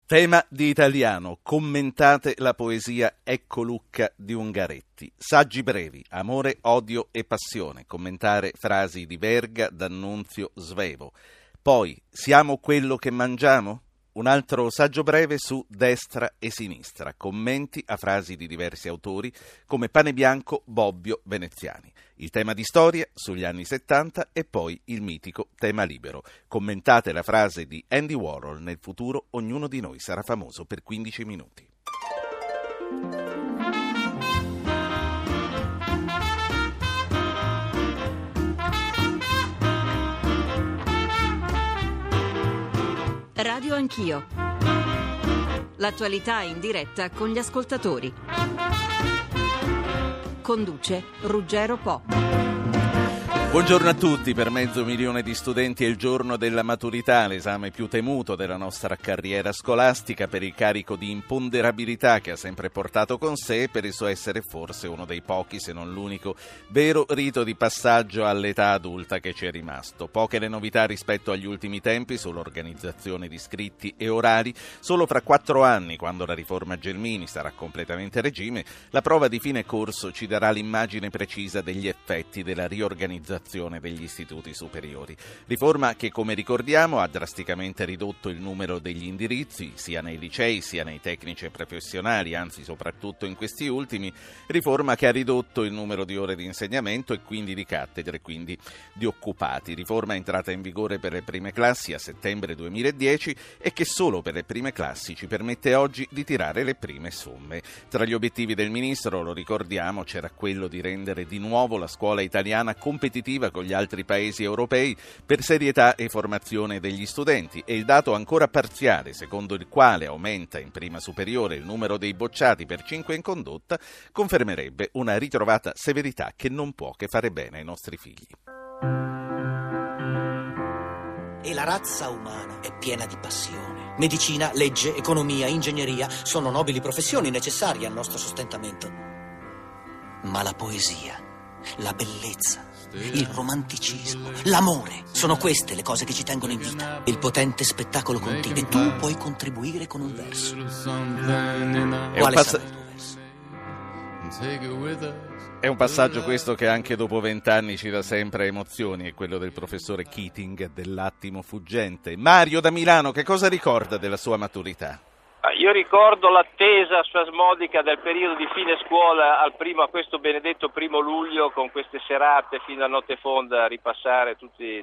Tema di italiano, commentate la poesia Ecco Lucca di Ungaretti. Saggi brevi, amore, odio e passione, commentare frasi di Verga, D'Annunzio, Svevo. Poi, siamo quello che mangiamo? Un altro saggio breve su destra e sinistra, commenti a frasi di diversi autori come Pane Bianco, Bobbio, Veneziani. Il tema di storia sugli anni 70 e poi il mitico tema libero. Commentate la frase di Andy Warhol: nel futuro ognuno di noi sarà famoso per 15 minuti. Radio Anch'io. L'attualità in diretta con gli ascoltatori. Conduce Ruggero Po. Buongiorno a tutti. Per 500.000 di studenti è il giorno della maturità, l'esame più temuto della nostra carriera scolastica per il carico di imponderabilità che ha sempre portato con sé e per il suo essere forse uno dei pochi, se non l'unico, vero rito di passaggio all'età adulta che ci è rimasto. Poche le novità rispetto agli ultimi tempi sull'organizzazione di scritti e orali. Solo fra 4 anni, quando la riforma Gelmini sarà completamente a regime, la prova di fine corso ci darà l'immagine precisa degli effetti della riorganizzazione degli istituti superiori. Riforma che, come ricordiamo, ha drasticamente ridotto il numero degli indirizzi, sia nei licei sia nei tecnici e professionali, anzi soprattutto in questi ultimi. Riforma che ha ridotto il numero di ore di insegnamento e quindi di cattedre, quindi di occupati. Riforma entrata in vigore per le prime classi a settembre 2010 e che solo per le prime classi ci permette oggi di tirare le prime somme. Tra gli obiettivi del ministro, lo ricordiamo, c'era quello di rendere di nuovo la scuola italiana competitiva con gli altri paesi europei per serietà e formazione degli studenti, e il dato ancora parziale secondo il quale aumenta in prima superiore il numero dei bocciati per 5 in condotta confermerebbe una ritrovata severità che non può che fare bene ai nostri figli. E la razza umana è piena di passione. Medicina, legge, economia, ingegneria sono nobili professioni necessarie al nostro sostentamento. Ma la poesia, la bellezza, il romanticismo, l'amore, sono queste le cose che ci tengono in vita. Il potente spettacolo continuo. E tu puoi contribuire con un verso. Quale sarà il tuo verso? È un passaggio questo che anche dopo 20 anni ci dà sempre emozioni, è quello del professore Keating dell'attimo fuggente. Mario da Milano, che cosa ricorda della sua maturità? Io ricordo l'attesa spasmodica del periodo di fine scuola a questo benedetto 1 luglio, con queste serate fino a notte fonda a ripassare tutte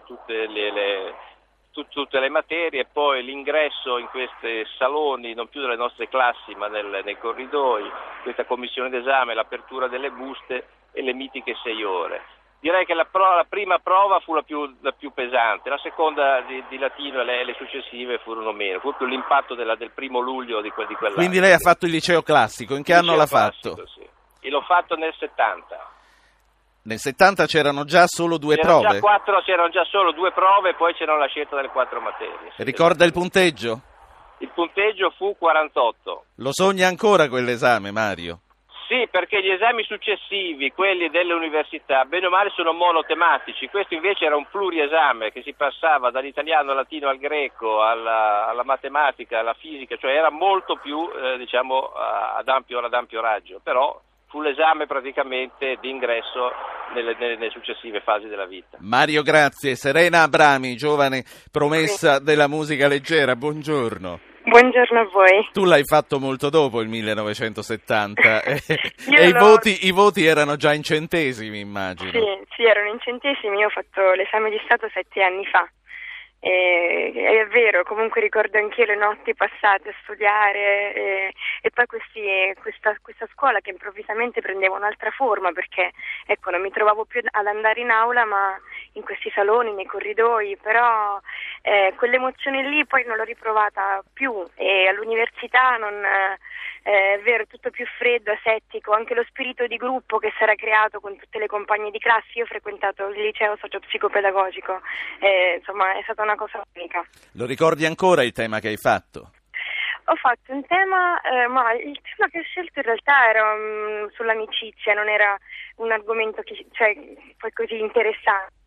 le materie, e poi l'ingresso in questi saloni, non più delle nostre classi ma nei corridoi, questa commissione d'esame, l'apertura delle buste e le mitiche 6 ore. Direi che la prima prova fu la più pesante, la seconda di latino e le successive furono meno, fu più l'impatto del 1 luglio di quell'anno. Quindi lei ha fatto il liceo classico, in che anno l'ha fatto? Sì. E l'ho fatto nel 70. Nel 70 c'erano già solo 2 prove? C'erano già solo 2 prove, poi c'era la scelta delle 4 materie. Sì. Ricorda il punteggio? Il punteggio fu 48. Lo sogna ancora quell'esame, Mario? Sì, perché gli esami successivi, quelli delle università, bene o male sono monotematici. Questo invece era un pluriesame che si passava dall'italiano al latino al greco, alla matematica, alla fisica, cioè era molto più ad ampio raggio, però fu l'esame praticamente di ingresso nelle successive fasi della vita. Mario, grazie. Serena Abrami, giovane promessa della musica leggera, buongiorno. Buongiorno a voi. Tu l'hai fatto molto dopo il 1970 i voti erano già in centesimi, immagino. Sì, erano in centesimi. Io ho fatto l'esame di Stato 7 anni fa. È vero, comunque ricordo anch'io le notti passate a studiare e poi questa scuola che improvvisamente prendeva un'altra forma, perché ecco, non mi trovavo più ad andare in aula ma in questi saloni, nei corridoi, però quell'emozione lì poi non l'ho riprovata più, e all'università è vero, tutto più freddo, asettico, anche lo spirito di gruppo che si era creato con tutte le compagne di classe. Io ho frequentato il liceo socio-psicopedagogico, insomma è stata una cosa unica. Lo ricordi ancora il tema che hai fatto? Ho fatto un tema, ma il tema che ho scelto in realtà era sull'amicizia, non era un argomento poi così interessante.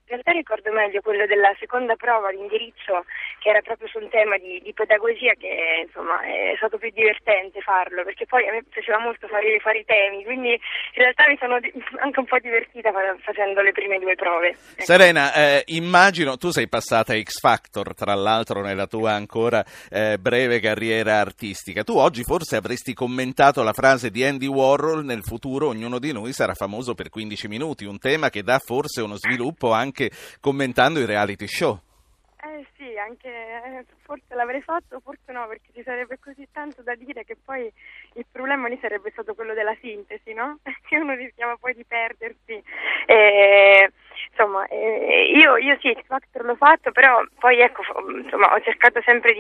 realtà ricordo meglio quello della seconda prova di indirizzo, che era proprio su un tema di pedagogia, che insomma è stato più divertente farlo, perché poi a me piaceva molto fare i temi, quindi in realtà mi sono anche un po' divertita facendo le prime due prove. Ecco. Serena, immagino, tu sei passata a X Factor, tra l'altro nella tua ancora breve carriera artistica. Tu oggi forse avresti commentato la frase di Andy Warhol: nel futuro ognuno di noi sarà famoso per 15 minuti, un tema che dà forse uno sviluppo anche commentando i reality show. Sì, anche forse l'avrei fatto, forse no, perché ci sarebbe così tanto da dire che poi il problema lì sarebbe stato quello della sintesi, no? Che uno rischiava poi di perdersi. Insomma, io sì, X Factor l'ho fatto, però poi ecco, insomma, ho cercato sempre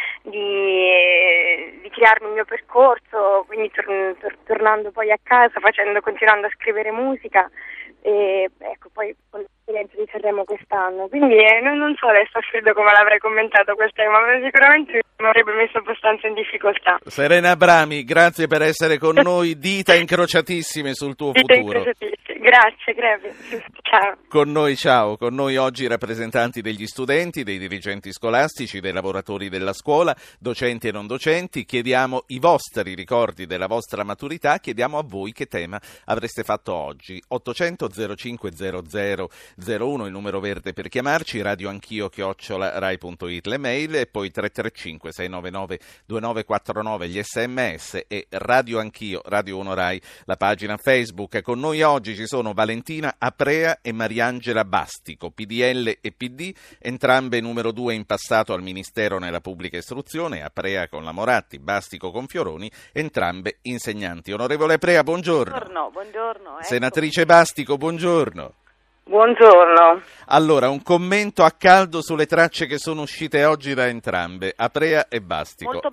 di crearmi il mio percorso, quindi tornando poi a casa, continuando a scrivere musica. E ecco, poi con l'esperienza di Sanremo quest'anno, quindi non so adesso a freddo come l'avrei commentato quel tema, ma sicuramente mi avrebbe messo abbastanza in difficoltà. Serena Abrami, grazie per essere con noi, dita incrociatissime sul tuo futuro. Grazie. Ciao. Con noi oggi rappresentanti degli studenti, dei dirigenti scolastici, dei lavoratori della scuola, docenti e non docenti. Chiediamo i vostri ricordi della vostra maturità, chiediamo a voi che tema avreste fatto oggi. 800 05 0001 il numero verde per chiamarci, radioanchio@rai.it le mail, e poi 335 699 2949 gli sms, e Radio Anch'io, Radio 1 Rai, la pagina Facebook. Con noi oggi ci sono Valentina Aprea e Mariangela Bastico, PDL e PD, entrambe numero 2 in passato al Ministero nella pubblica istruzione, Aprea con la Moratti, Bastico con Fioroni, entrambe insegnanti. Onorevole Aprea, buongiorno. Buongiorno. Ecco. Senatrice Bastico, buongiorno. Buongiorno. Allora, un commento a caldo sulle tracce che sono uscite oggi da entrambe, Aprea e Bastico. Molto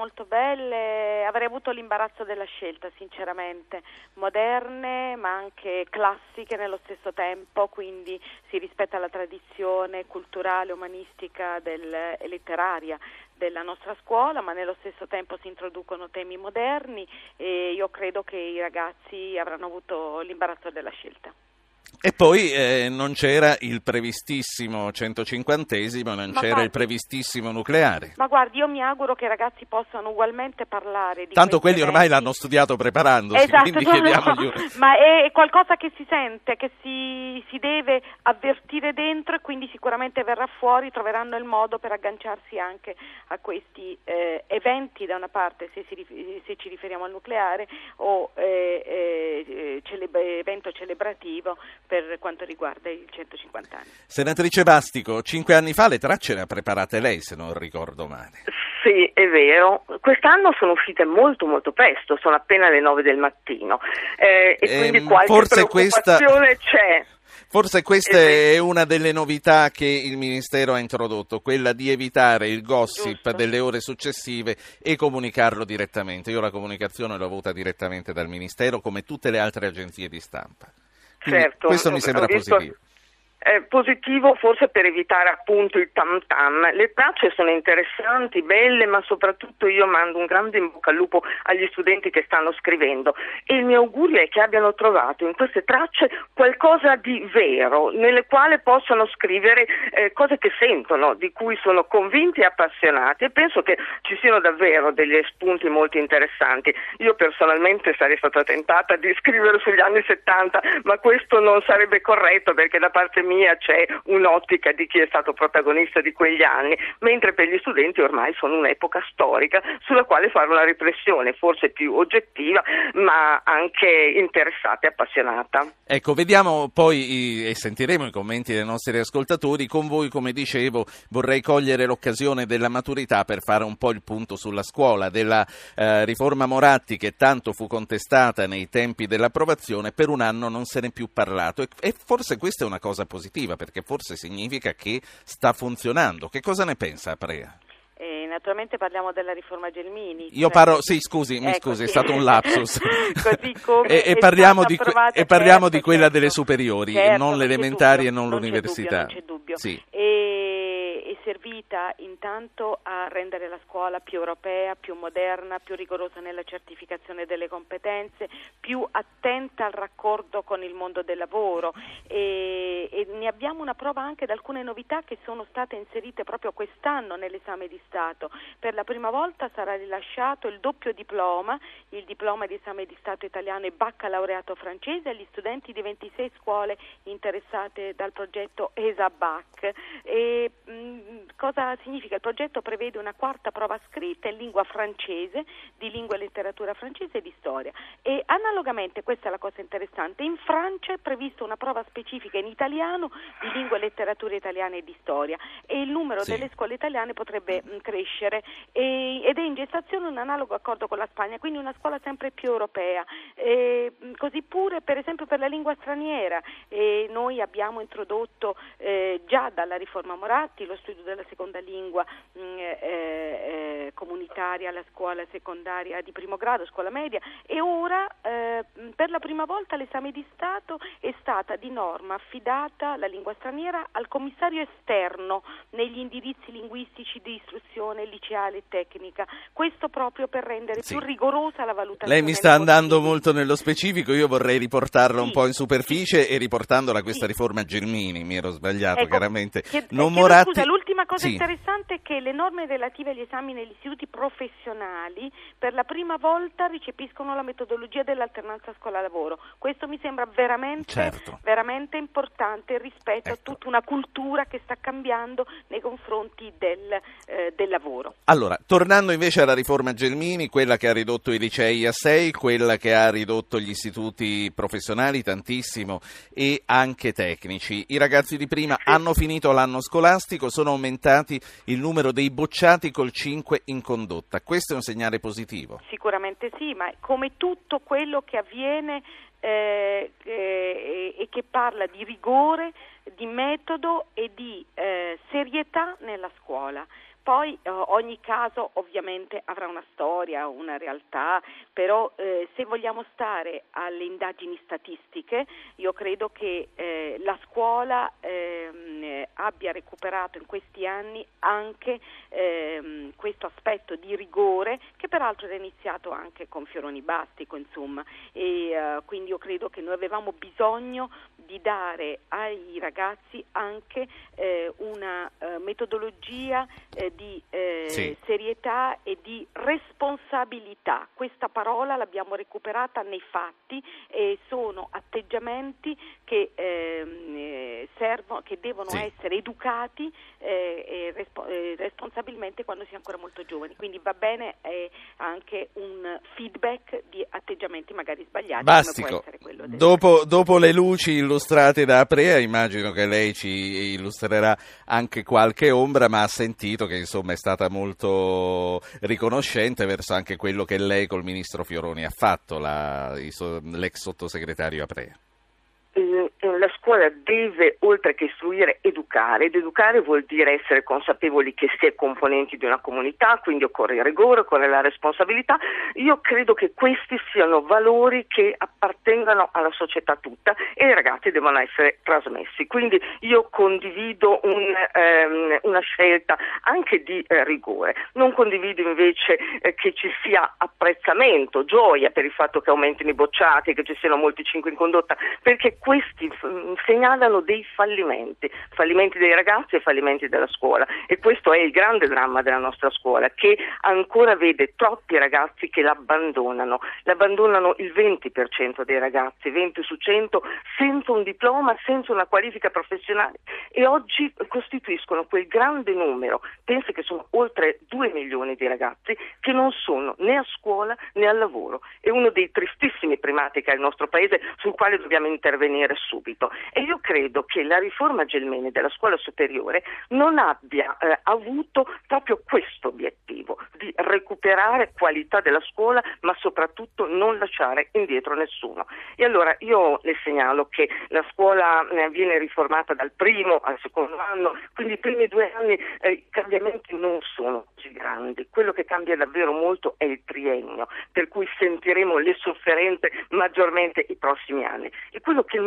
belle. Avrei avuto l'imbarazzo della scelta, sinceramente. Moderne, ma anche classiche nello stesso tempo, quindi si rispetta la tradizione culturale, umanistica e letteraria della nostra scuola, ma nello stesso tempo si introducono temi moderni, e io credo che i ragazzi avranno avuto l'imbarazzo della scelta. E poi non c'era il previstissimo 150esimo, il previstissimo nucleare. Ma guardi, io mi auguro che i ragazzi possano ugualmente parlare di tanto quelli eventi. Ormai l'hanno studiato preparandosi, esatto, quindi chiediamogli. Ma è qualcosa che si sente, che si deve avvertire dentro, e quindi sicuramente verrà fuori, troveranno il modo per agganciarsi anche a questi eventi, da una parte se ci riferiamo al nucleare, o evento celebrativo per quanto riguarda i 150 anni. Senatrice Bastico, 5 anni fa le tracce le ha preparate lei, se non ricordo male. Sì, è vero. Quest'anno sono uscite molto presto, sono appena le 9 del mattino, e quindi qualche preoccupazione c'è. Forse questa è una delle novità che il Ministero ha introdotto, quella di evitare il gossip Giusto. delle ore successive e comunicarlo direttamente. Io la comunicazione l'ho avuta direttamente dal Ministero, come tutte le altre agenzie di stampa. Quindi certo, questo mi sembra positivo. Positivo forse per evitare appunto il tam tam. Le tracce sono interessanti, belle, ma soprattutto io mando un grande in bocca al lupo agli studenti che stanno scrivendo, e il mio augurio è che abbiano trovato in queste tracce qualcosa di vero, nelle quali possano scrivere cose che sentono, di cui sono convinti e appassionati, e penso che ci siano davvero degli spunti molto interessanti. Io personalmente sarei stata tentata di scrivere sugli anni 70, ma questo non sarebbe corretto, perché da parte mia c'è un'ottica di chi è stato protagonista di quegli anni, mentre per gli studenti ormai sono un'epoca storica sulla quale fare una riflessione forse più oggettiva, ma anche interessata e appassionata. Ecco, vediamo poi e sentiremo i commenti dei nostri ascoltatori. Con voi, come dicevo, vorrei cogliere l'occasione della maturità per fare un po' il punto sulla scuola, della riforma Moratti, che tanto fu contestata nei tempi dell'approvazione. Per un anno non se n'è più parlato, e forse questa è una cosa positiva, perché forse significa che sta funzionando. Che cosa ne pensa Aprea? Naturalmente parliamo della riforma Gelmini. Io parlo, sì, scusi, mi scusi, è stato un lapsus. Così come e parliamo certo, di quella delle superiori, certo, non le elementari dubbio, e non l'università. Non c'è dubbio. Sì. E servita intanto a rendere la scuola più europea, più moderna, più rigorosa nella certificazione delle competenze, più attenta al raccordo con il mondo del lavoro, e ne abbiamo una prova anche da alcune novità che sono state inserite proprio quest'anno nell'esame di Stato. Per la prima volta sarà rilasciato il doppio diploma, il diploma di esame di Stato italiano e baccalaureato francese agli studenti di 26 scuole interessate dal progetto ESA-BAC. E cosa significa? Il progetto prevede una quarta prova scritta in lingua francese, di lingua e letteratura francese e di storia, e analogamente, questa è la cosa interessante, in Francia è prevista una prova specifica in italiano di lingua e letteratura italiana e di storia, e il numero delle scuole italiane potrebbe crescere, ed è in gestazione un analogo accordo con la Spagna, quindi una scuola sempre più europea. Così pure per esempio per la lingua straniera, noi abbiamo introdotto già dalla riforma Moratti lo studio della seconda lingua comunitaria alla scuola secondaria di primo grado, scuola media, e ora per la prima volta l'esame di Stato è stata di norma affidata la lingua straniera al commissario esterno negli indirizzi linguistici di istruzione liceale e tecnica, questo proprio per rendere più rigorosa la valutazione. Lei mi sta andando molto nello specifico, io vorrei riportarla un po' in superficie e riportandola a questa riforma Gelmini, mi ero sbagliato chiaramente. Scusa, l'ultima cosa interessante è che le norme relative agli esami negli istituti professionali per la prima volta recepiscono la metodologia dell'alternanza scuola-lavoro. Questo mi sembra veramente importante rispetto a tutta una cultura che sta cambiando nei confronti del lavoro. Allora, tornando invece alla riforma Gelmini, quella che ha ridotto i licei a 6, quella che ha ridotto gli istituti professionali tantissimo e anche tecnici. I ragazzi di prima hanno finito l'anno scolastico, sono aumentati il numero dei bocciati col 5 in condotta. Questo è un segnale positivo? Sicuramente sì, ma come tutto quello che avviene e che parla di rigore, di metodo e di serietà nella scuola. Poi ogni caso ovviamente avrà una storia, una realtà, però se vogliamo stare alle indagini statistiche, io credo che la scuola abbia recuperato in questi anni anche questo aspetto di rigore, che peraltro era iniziato anche con Fioroni Bastico, insomma, e quindi io credo che noi avevamo bisogno di dare ai ragazzi anche una metodologia di serietà e di responsabilità. Questa parola l'abbiamo recuperata nei fatti e sono atteggiamenti che servono, che devono essere educati responsabilmente quando si è ancora molto giovani. Quindi va bene anche un feedback di atteggiamenti magari sbagliati. Bastico, come può essere quello dopo le luci illustrate da Aprea, immagino che lei ci illustrerà anche qualche ombra, ma ha sentito che insomma è stata molto riconoscente verso anche quello che lei col ministro Fioroni ha fatto, l'ex sottosegretario Aprea. La scuola deve, oltre che istruire, educare, ed educare vuol dire essere consapevoli che si è componenti di una comunità, quindi occorre il rigore, occorre la responsabilità. Una credo che questi siano valori che appartengano alla società tutta e ai ragazzi devono essere trasmessi. Quindi io condivido una scelta anche di rigore. Non condivido invece che ci sia apprezzamento, gioia per il fatto che aumentino i bocciati, che ci siano molti 5 in condotta, perché questi segnalano dei fallimenti dei ragazzi e fallimenti della scuola, e questo è il grande dramma della nostra scuola, che ancora vede troppi ragazzi che l'abbandonano il 20% dei ragazzi, 20 su 100, senza un diploma, senza una qualifica professionale, e oggi costituiscono quel grande numero, penso che sono oltre 2 milioni di ragazzi che non sono né a scuola né al lavoro. È uno dei tristissimi primati che ha il nostro paese, sul quale dobbiamo intervenire subito, e io credo che la riforma Gelmini della scuola superiore non abbia avuto proprio questo obiettivo di recuperare qualità della scuola, ma soprattutto non lasciare indietro nessuno. E allora io le segnalo che la scuola viene riformata dal primo al secondo anno, quindi i primi 2 anni i cambiamenti non sono così grandi. Quello che cambia davvero molto è il triennio, per cui sentiremo le sofferenze maggiormente i prossimi anni. E quello che non condivido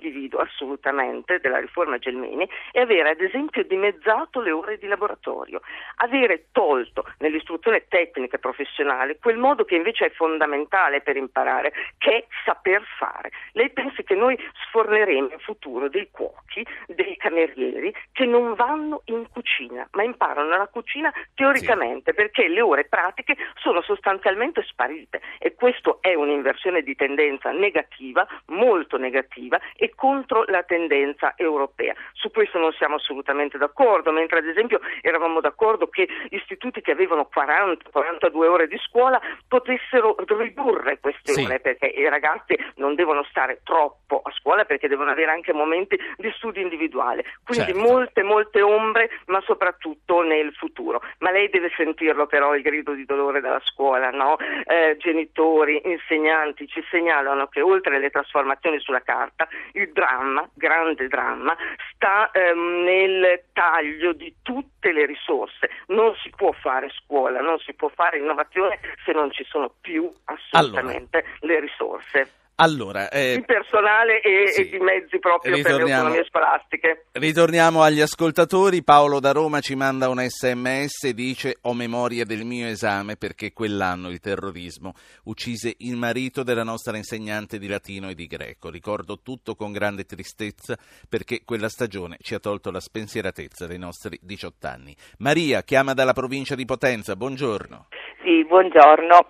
condivido assolutamente della riforma Gelmini è avere ad esempio dimezzato le ore di laboratorio, avere tolto nell'istruzione tecnica e professionale quel modo che invece è fondamentale per imparare, che è saper fare. Lei pensi che noi sforneremo in futuro dei cuochi, dei camerieri che non vanno in cucina, ma imparano la cucina teoricamente, perché le ore pratiche sono sostanzialmente sparite, e questo è un'inversione di tendenza negativa, molto negativa, e contro la tendenza europea. Su questo non siamo assolutamente d'accordo, mentre ad esempio eravamo d'accordo che istituti che avevano 40-42 ore di scuola potessero ridurre queste ore, perché i ragazzi non devono stare troppo a scuola, perché devono avere anche momenti di studio individuale. Quindi molte ombre, ma soprattutto nel futuro. Ma lei deve sentirlo però il grido di dolore dalla scuola, no? Genitori, insegnanti ci segnalano che oltre alle trasformazioni sulla carta, il dramma, grande dramma, sta nel taglio di tutte le risorse. Non si può fare scuola, non si può fare innovazione se non ci sono più assolutamente le risorse. Allora, di personale e di mezzi proprio per le autonomie scolastiche. Ritorniamo agli ascoltatori. Paolo da Roma ci manda un SMS e dice: ho memoria del mio esame perché quell'anno il terrorismo uccise il marito della nostra insegnante di latino e di greco. Ricordo tutto con grande tristezza perché quella stagione ci ha tolto la spensieratezza dei nostri 18 anni. Maria chiama dalla provincia di Potenza, buongiorno. Sì, buongiorno.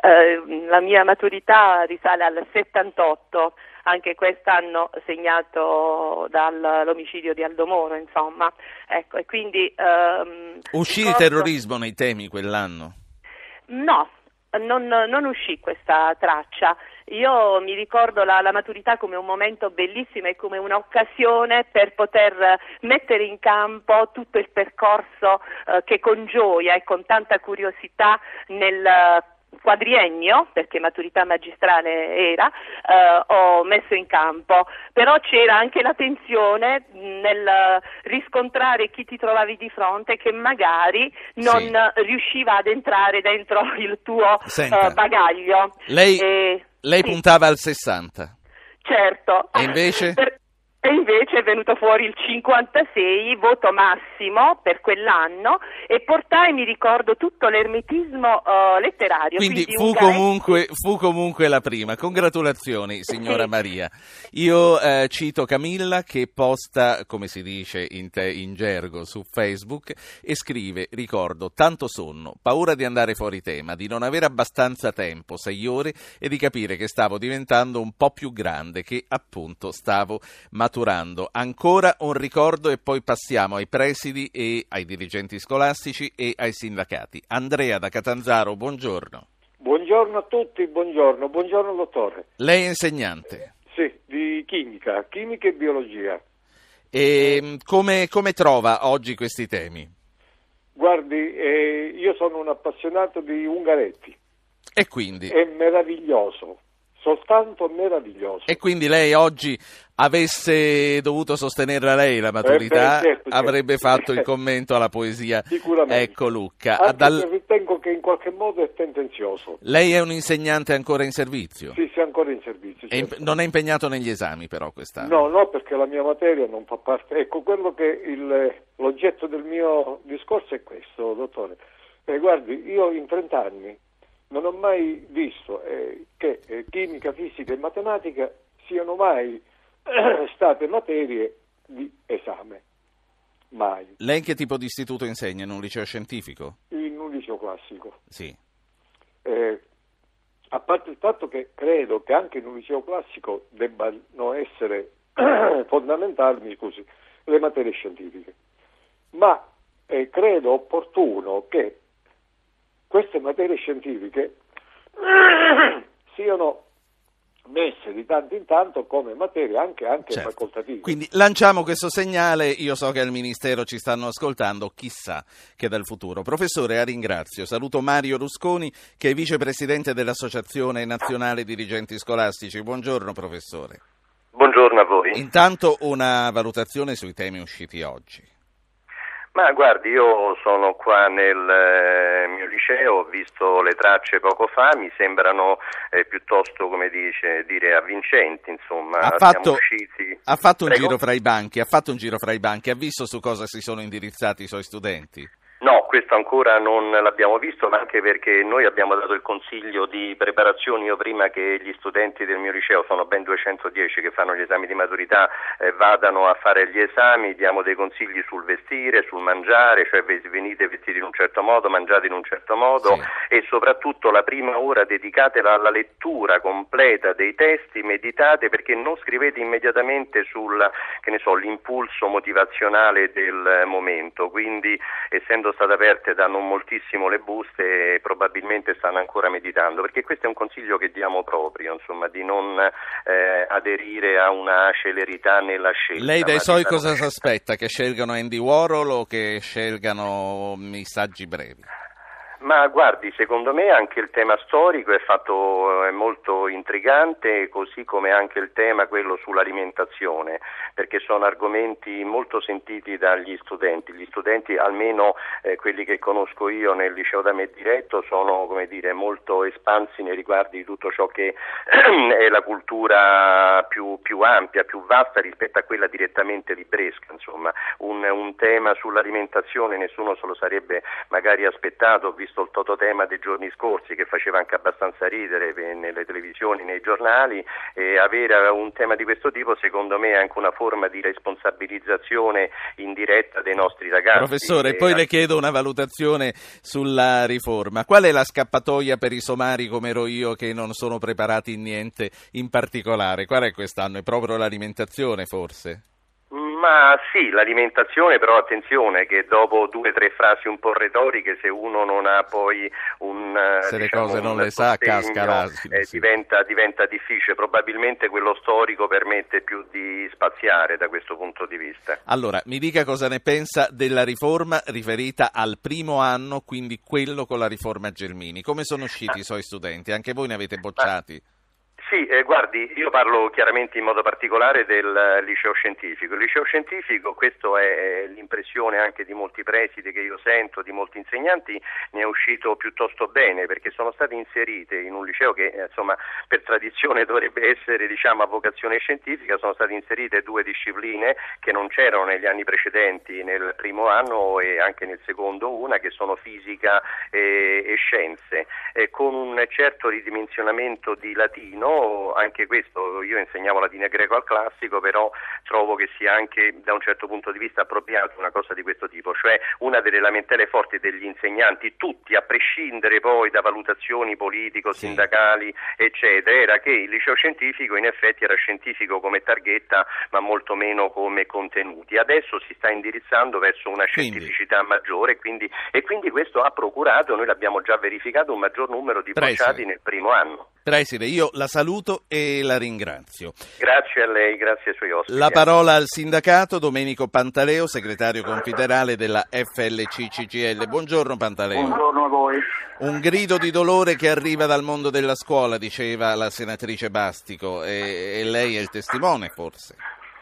La mia maturità risale al 78, anche quest'anno segnato dall'omicidio di Aldo Moro, insomma. Ecco, e quindi uscì il terrorismo nei temi quell'anno? No, non uscì questa traccia. Io mi ricordo la maturità come un momento bellissimo e come un'occasione per poter mettere in campo tutto il percorso che con gioia e con tanta curiosità nel quadriennio, perché maturità magistrale era, ho messo in campo, però c'era anche la tensione nel riscontrare chi ti trovavi di fronte che magari non riusciva ad entrare dentro il tuo bagaglio. Lei puntava al 60. Certo. E invece? E invece è venuto fuori il 56, voto massimo per quell'anno, e portai, mi ricordo, tutto l'ermetismo letterario. Quindi fu comunque la prima. Congratulazioni, signora Maria. Io cito Camilla che posta, come si dice in gergo, su Facebook e scrive: ricordo tanto sonno, paura di andare fuori tema, di non avere abbastanza tempo, 6 ore, e di capire che stavo diventando un po' più grande, che appunto stavo maturando. Ancora un ricordo e poi passiamo ai presidi e ai dirigenti scolastici e ai sindacati. Andrea da Catanzaro, buongiorno. Buongiorno a tutti, buongiorno dottore. Lei è insegnante? Sì, di chimica e biologia. E come trova oggi questi temi? Guardi, io sono un appassionato di Ungaretti. E quindi? È meraviglioso. Soltanto meraviglioso. E quindi lei oggi avesse dovuto sostenerla lei la maturità, certo. Avrebbe fatto il commento alla poesia. Sicuramente. Ecco Lucca. Anche se ritengo che in qualche modo è tendenzioso. Lei è un insegnante ancora in servizio? Sì, ancora in servizio. Certo. Non è impegnato negli esami però quest'anno? No, perché la mia materia non fa parte. Ecco, quello che l'oggetto del mio discorso è questo, dottore. Guardi, io in 30 anni non ho mai visto che chimica, fisica e matematica siano mai state materie di esame. Mai. Lei in che tipo di istituto insegna? In un liceo scientifico? In un liceo classico. Sì. A parte il fatto che credo che anche in un liceo classico debbano essere fondamentali, le materie scientifiche. Ma credo opportuno che queste materie scientifiche siano messe di tanto in tanto come materie anche facoltative. Quindi lanciamo questo segnale, io so che al Ministero ci stanno ascoltando, chissà che dal futuro. Professore, la ringrazio. Saluto Mario Rusconi, che è vicepresidente dell'Associazione Nazionale Dirigenti Scolastici. Buongiorno professore. Buongiorno a voi. Intanto una valutazione sui temi usciti oggi. Ma guardi, io sono qua nel mio liceo, ho visto le tracce poco fa, mi sembrano piuttosto, come dire, avvincenti, insomma. Ha fatto un giro fra i banchi, ha visto su cosa si sono indirizzati i suoi studenti? No, questo ancora non l'abbiamo visto, ma anche perché noi abbiamo dato il consiglio di preparazione. Io prima che gli studenti del mio liceo, sono ben 210 che fanno gli esami di maturità, vadano a fare gli esami, diamo dei consigli sul vestire, sul mangiare, cioè venite vestiti in un certo modo, mangiate in un certo modo, sì. E soprattutto la prima ora dedicatela alla lettura completa dei testi, meditate, perché non scrivete immediatamente l'impulso motivazionale del momento, quindi essendo state aperte da non moltissimo le buste, probabilmente stanno ancora meditando, perché questo è un consiglio che diamo proprio, insomma, di non aderire a una celerità nella scelta. Lei dai suoi cosa si aspetta? Che scelgano Andy Warhol o che scelgano i saggi brevi? Ma guardi, secondo me anche il tema storico è molto intrigante, così come anche il tema quello sull'alimentazione, perché sono argomenti molto sentiti dagli studenti. Gli studenti, almeno quelli che conosco io nel liceo da me diretto, sono, come dire, molto espansi nei riguardi di tutto ciò che è la cultura più ampia, più vasta rispetto a quella direttamente libresca. Insomma, un tema sull'alimentazione nessuno se lo sarebbe magari aspettato, visto il tototema dei giorni scorsi, che faceva anche abbastanza ridere nelle televisioni, nei giornali, e avere un tema di questo tipo secondo me è anche una forma di responsabilizzazione indiretta dei nostri ragazzi. Professore, poi le chiedo una valutazione sulla riforma. Qual è la scappatoia per i somari come ero io, che non sono preparati in niente in particolare? Qual è quest'anno? È proprio l'alimentazione, forse? Ma sì, l'alimentazione, però attenzione che dopo 2 o 3 frasi un po' retoriche, se uno non ha poi se le cose non le sa, casca l'asino, sì. diventa difficile. Probabilmente quello storico permette più di spaziare da questo punto di vista. Allora, mi dica cosa ne pensa della riforma riferita al primo anno, quindi quello con la riforma Gelmini. Come sono usciti i suoi studenti? Anche voi ne avete bocciati? Sì, guardi, io parlo chiaramente in modo particolare del liceo scientifico. Il liceo scientifico, questa è l'impressione anche di molti presidi che io sento, di molti insegnanti, ne è uscito piuttosto bene, perché sono state inserite in un liceo che insomma per tradizione dovrebbe essere, diciamo, a vocazione scientifica. Sono state inserite 2 discipline che non c'erano negli anni precedenti, nel primo anno e anche nel secondo una, che sono fisica e scienze, con un certo ridimensionamento di latino. Anche questo, io insegnavo latino e greco al classico, però trovo che sia anche da un certo punto di vista appropriato una cosa di questo tipo, cioè una delle lamentele forti degli insegnanti, tutti, a prescindere poi da valutazioni politico-sindacali, eccetera, era che il liceo scientifico in effetti era scientifico come targhetta, ma molto meno come contenuti. Adesso si sta indirizzando verso una scientificità maggiore, e quindi questo ha procurato, noi l'abbiamo già verificato, un maggior numero di bocciati nel primo anno. Preside, io la saluto e la ringrazio. Grazie a lei, grazie ai suoi ospiti. La parola al sindacato, Domenico Pantaleo, segretario confederale della FLC-CGIL. Buongiorno Pantaleo. Buongiorno a voi. Un grido di dolore che arriva dal mondo della scuola, diceva la senatrice Bastico, e lei è il testimone forse.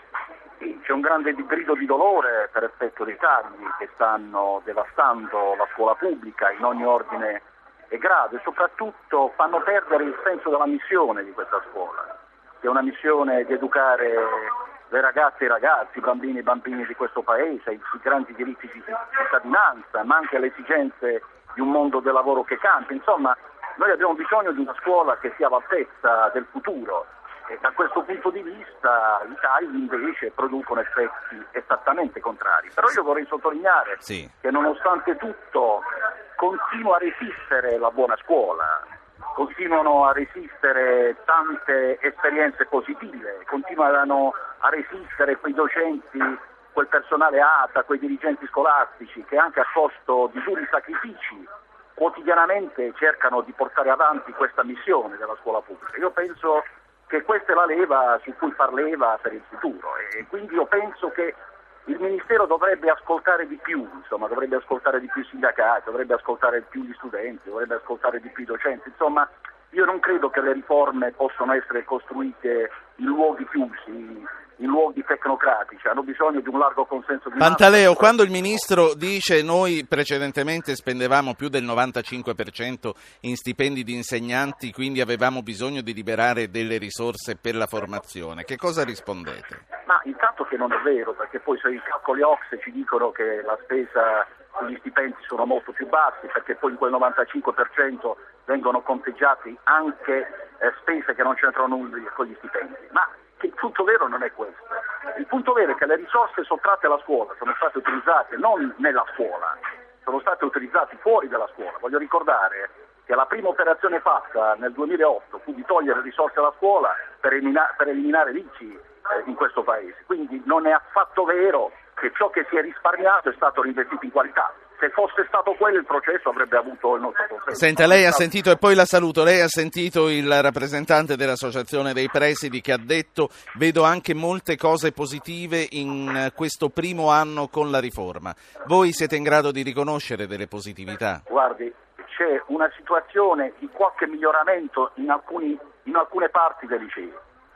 C'è un grande grido di dolore per effetto dei tagli che stanno devastando la scuola pubblica in ogni ordine e grado, e soprattutto fanno perdere il senso della missione di questa scuola, che è una missione di educare le ragazze e i ragazzi, i bambini e i bambini di questo paese, i grandi diritti di cittadinanza, ma anche le esigenze di un mondo del lavoro che cambia. Insomma, noi abbiamo bisogno di una scuola che sia all'altezza del futuro, e da questo punto di vista i tagli invece producono effetti esattamente contrari. Però io vorrei sottolineare che nonostante tutto continua a resistere la buona scuola, continuano a resistere tante esperienze positive, continuano a resistere quei docenti, quel personale ATA, quei dirigenti scolastici che anche a costo di duri sacrifici quotidianamente cercano di portare avanti questa missione della scuola pubblica. Io penso che questa è la leva su cui far leva per il futuro, e quindi io penso che il Ministero dovrebbe ascoltare di più, dovrebbe ascoltare di più i sindacati, dovrebbe ascoltare di più gli studenti, dovrebbe ascoltare di più i docenti, Io non credo che le riforme possano essere costruite in luoghi chiusi, in luoghi tecnocratici, hanno bisogno di un largo consenso di Pantaleo, quando il Ministro dice noi precedentemente spendevamo più del 95% in stipendi di insegnanti, quindi avevamo bisogno di liberare delle risorse per la formazione, che cosa rispondete? Ma intanto che non è vero, perché poi se i calcoli OCSE ci dicono che la spesa sugli stipendi sono molto più bassi, perché poi in quel 95% vengono conteggiati anche spese che non c'entrano nulla con gli stipendi. Ma il punto vero non è questo. Il punto vero è che le risorse sottratte alla scuola sono state utilizzate non nella scuola, sono state utilizzate fuori dalla scuola. Voglio ricordare che la prima operazione fatta nel 2008 fu di togliere risorse alla scuola per eliminare l'ICI in questo paese. Quindi non è affatto vero che ciò che si è risparmiato è stato reinvestito in qualità. Se fosse stato quello il processo avrebbe avuto il nostro consenso. Senta, lei ha sentito, e poi la saluto, lei ha sentito il rappresentante dell'Associazione dei Presidi che ha detto vedo anche molte cose positive in questo primo anno con la riforma. Voi siete in grado di riconoscere delle positività? Guardi, c'è una situazione di qualche miglioramento in alcune parti dei licei.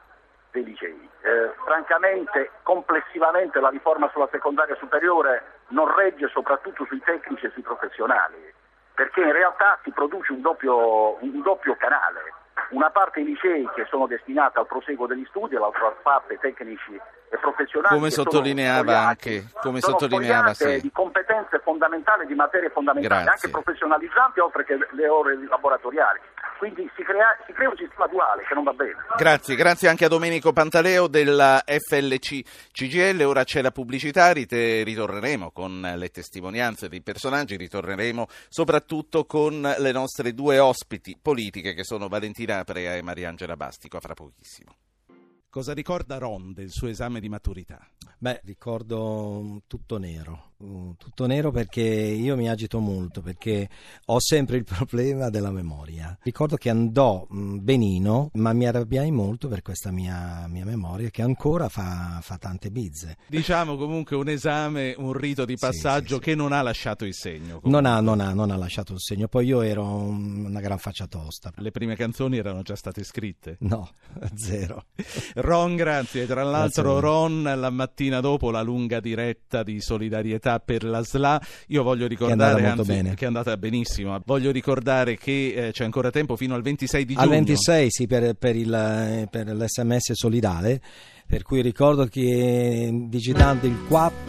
Francamente, complessivamente la riforma sulla secondaria superiore non regge soprattutto sui tecnici e sui professionali, perché in realtà si produce un doppio canale. Una parte i licei che sono destinata al proseguo degli studi, l'altra parte tecnici e professionali. Come sottolineava sì, di competenze fondamentali, di materie fondamentali, Grazie. anche professionalizzanti oltre che le ore laboratoriali. Quindi si crea un sistema duale che non va bene. Grazie anche a Domenico Pantaleo della FLC CGIL. Ora c'è la pubblicità, ritorneremo con le testimonianze dei personaggi, ritorneremo soprattutto con le nostre due ospiti politiche che sono Valentina Aprea e Mariangela Bastico. A fra pochissimo. Cosa ricorda Ron del suo esame di maturità? Beh, ricordo tutto nero perché io mi agito molto, perché ho sempre il problema della memoria. Ricordo che andò benino, ma mi arrabbiai molto per questa mia memoria che ancora fa tante bizze. Diciamo comunque un esame, un rito di passaggio sì. che non ha lasciato il segno. Non ha lasciato il segno, poi io ero una gran faccia tosta. Le prime canzoni erano già state scritte? No, zero. Ron, grazie. Tra l'altro Ron la mattina dopo la lunga diretta di solidarietà per la SLA, io voglio ricordare che è andata benissimo, voglio ricordare che c'è ancora tempo fino al 26 di giugno. Al 26 sì, per l'SMS solidale, per cui ricordo che digitando il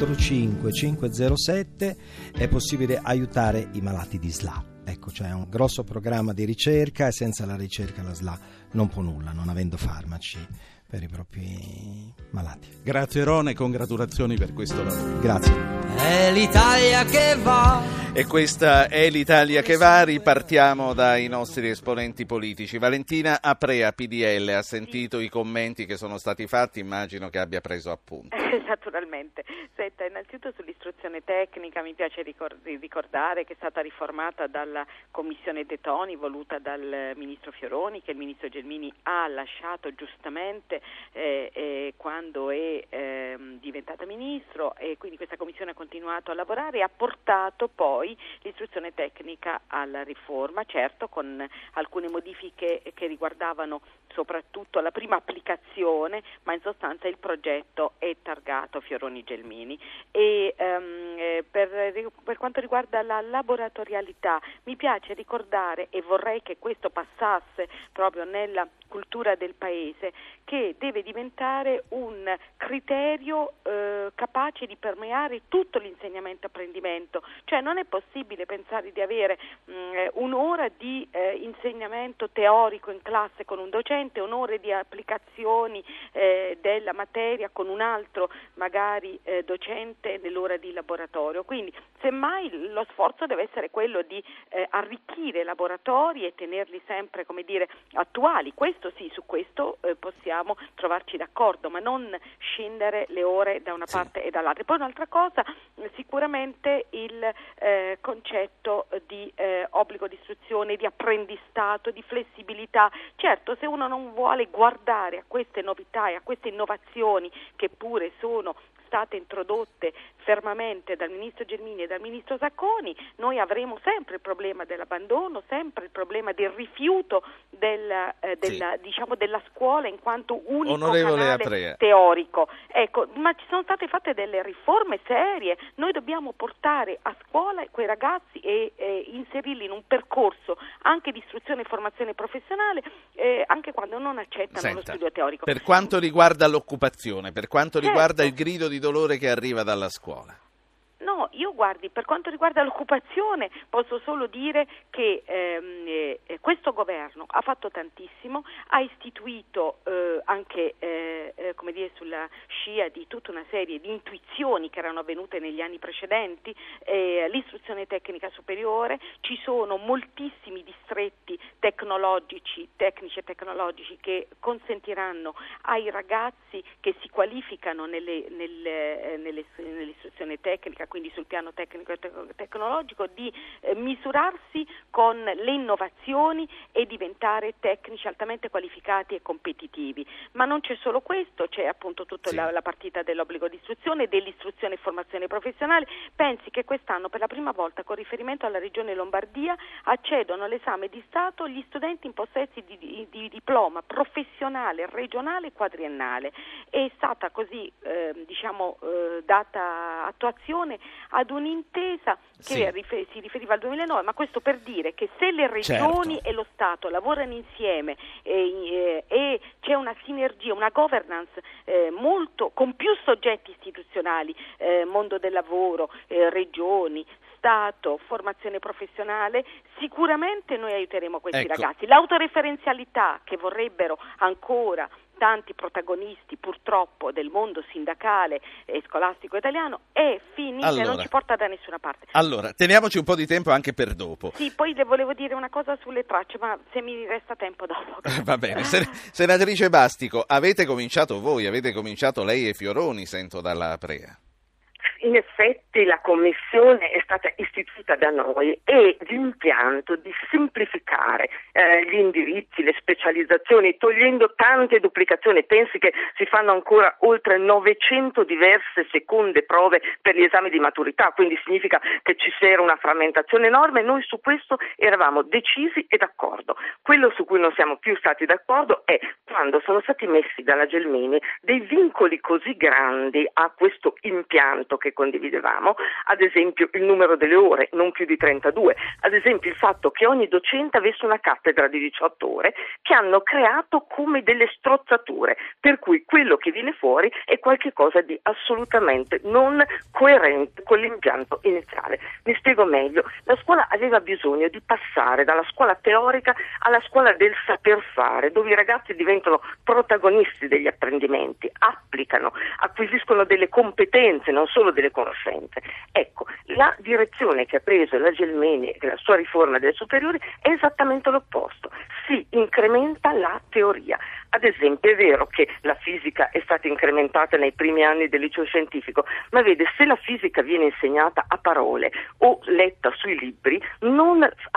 45507 è possibile aiutare i malati di SLA. Ecco, c'è un grosso programma di ricerca e senza la ricerca la SLA non può nulla, non avendo farmaci per i propri malati. Grazie Ron e congratulazioni per questo lavoro. Grazie. È l'Italia che va. E questa è l'Italia che va, ripartiamo dai nostri esponenti politici. Valentina Aprea, PDL, ha sentito i commenti che sono stati fatti, immagino che abbia preso appunto. Naturalmente. Senta, innanzitutto sull'istruzione tecnica mi piace ricordare che è stata riformata dalla Commissione De Toni, voluta dal Ministro Fioroni, che il Ministro Gelmini ha lasciato giustamente quando è diventata Ministro, e quindi questa Commissione ha continuato a lavorare e ha portato poi l'istruzione tecnica alla riforma, certo con alcune modifiche che riguardavano soprattutto la prima applicazione, ma in sostanza il progetto è targato Fioroni Gelmini. E per quanto riguarda la laboratorialità mi piace ricordare, e vorrei che questo passasse proprio nella cultura del Paese, che deve diventare un criterio capace di permeare tutto l'insegnamento e apprendimento, cioè non è possibile pensare di avere un'ora di insegnamento teorico in classe con un docente, un'ora di applicazioni della materia con un altro magari docente nell'ora di laboratorio. Quindi semmai lo sforzo deve essere quello di arricchire i laboratori e tenerli sempre, come dire, attuali. Questo sì, su questo possiamo trovarci d'accordo, ma non scendere le ore da una parte e dall'altra. Poi un'altra cosa, sicuramente il concetto di obbligo di istruzione, di apprendistato, di flessibilità. Certo, se uno non vuole guardare a queste novità e a queste innovazioni che pure sono state introdotte fermamente dal Ministro Gelmini e dal Ministro Sacconi, noi avremo sempre il problema dell'abbandono, sempre il problema del rifiuto della scuola in quanto unico canale teorico. Ecco, ma ci sono state fatte delle riforme serie, noi dobbiamo portare a scuola quei ragazzi e inserirli in un percorso anche di istruzione e formazione professionale, anche quando non accettano lo studio teorico. Per quanto riguarda l'occupazione, per quanto riguarda il grido di dolore che arriva dalla scuola. No, io guardi, per quanto riguarda l'occupazione posso solo dire che questo governo ha fatto tantissimo, ha istituito anche sulla scia di tutta una serie di intuizioni che erano avvenute negli anni precedenti, l'istruzione tecnica superiore, ci sono moltissimi distretti tecnici e tecnologici che consentiranno ai ragazzi che si qualificano nell'istruzione tecnica, quindi sul piano tecnico e tecnologico, di misurarsi con le innovazioni e diventare tecnici altamente qualificati e competitivi. Ma non c'è solo questo, c'è appunto tutta la partita dell'obbligo di istruzione, dell'istruzione e formazione professionale. Pensi che quest'anno per la prima volta, con riferimento alla regione Lombardia, accedono all'esame di Stato gli studenti in possesso di diploma professionale, regionale e quadriennale. È stata così data attuazione ad un'intesa che si riferiva al 2009, ma questo per dire che se le regioni e lo Stato lavorano insieme e c'è una sinergia, una governance molto con più soggetti istituzionali, mondo del lavoro, regioni, Stato, formazione professionale, sicuramente noi aiuteremo questi ragazzi. L'autoreferenzialità che vorrebbero ancora tanti protagonisti purtroppo del mondo sindacale e scolastico italiano è finita e non ci porta da nessuna parte. Allora, teniamoci un po' di tempo anche per dopo. Sì, poi le volevo dire una cosa sulle tracce, ma se mi resta tempo dopo. Va bene. Senatrice Bastico, avete cominciato lei e Fioroni, sento dalla Prea. In effetti la commissione è stata istituita da noi e l'impianto di semplificare gli indirizzi, le specializzazioni, togliendo tante duplicazioni. Pensi che si fanno ancora oltre 900 diverse seconde prove per gli esami di maturità, quindi significa che ci sia una frammentazione enorme. Noi su questo eravamo decisi e d'accordo. Quello su cui non siamo più stati d'accordo è quando sono stati messi dalla Gelmini dei vincoli così grandi a questo impianto che condividevamo, ad esempio il numero delle ore, non più di 32, ad esempio il fatto che ogni docente avesse una cattedra di 18 ore, che hanno creato come delle strozzature, per cui quello che viene fuori è qualcosa di assolutamente non coerente con l'impianto iniziale. Mi spiego meglio, la scuola aveva bisogno di passare dalla scuola teorica alla scuola del saper fare, dove i ragazzi diventano protagonisti degli apprendimenti, applicano, acquisiscono delle competenze, non solo delle conoscenze. Ecco, la direzione che ha preso la Gelmini e la sua riforma delle superiori è esattamente l'opposto. Si incrementa la teoria. Ad esempio è vero che la fisica è stata incrementata nei primi anni del liceo scientifico, ma vede, se la fisica viene insegnata a parole o letta sui libri, non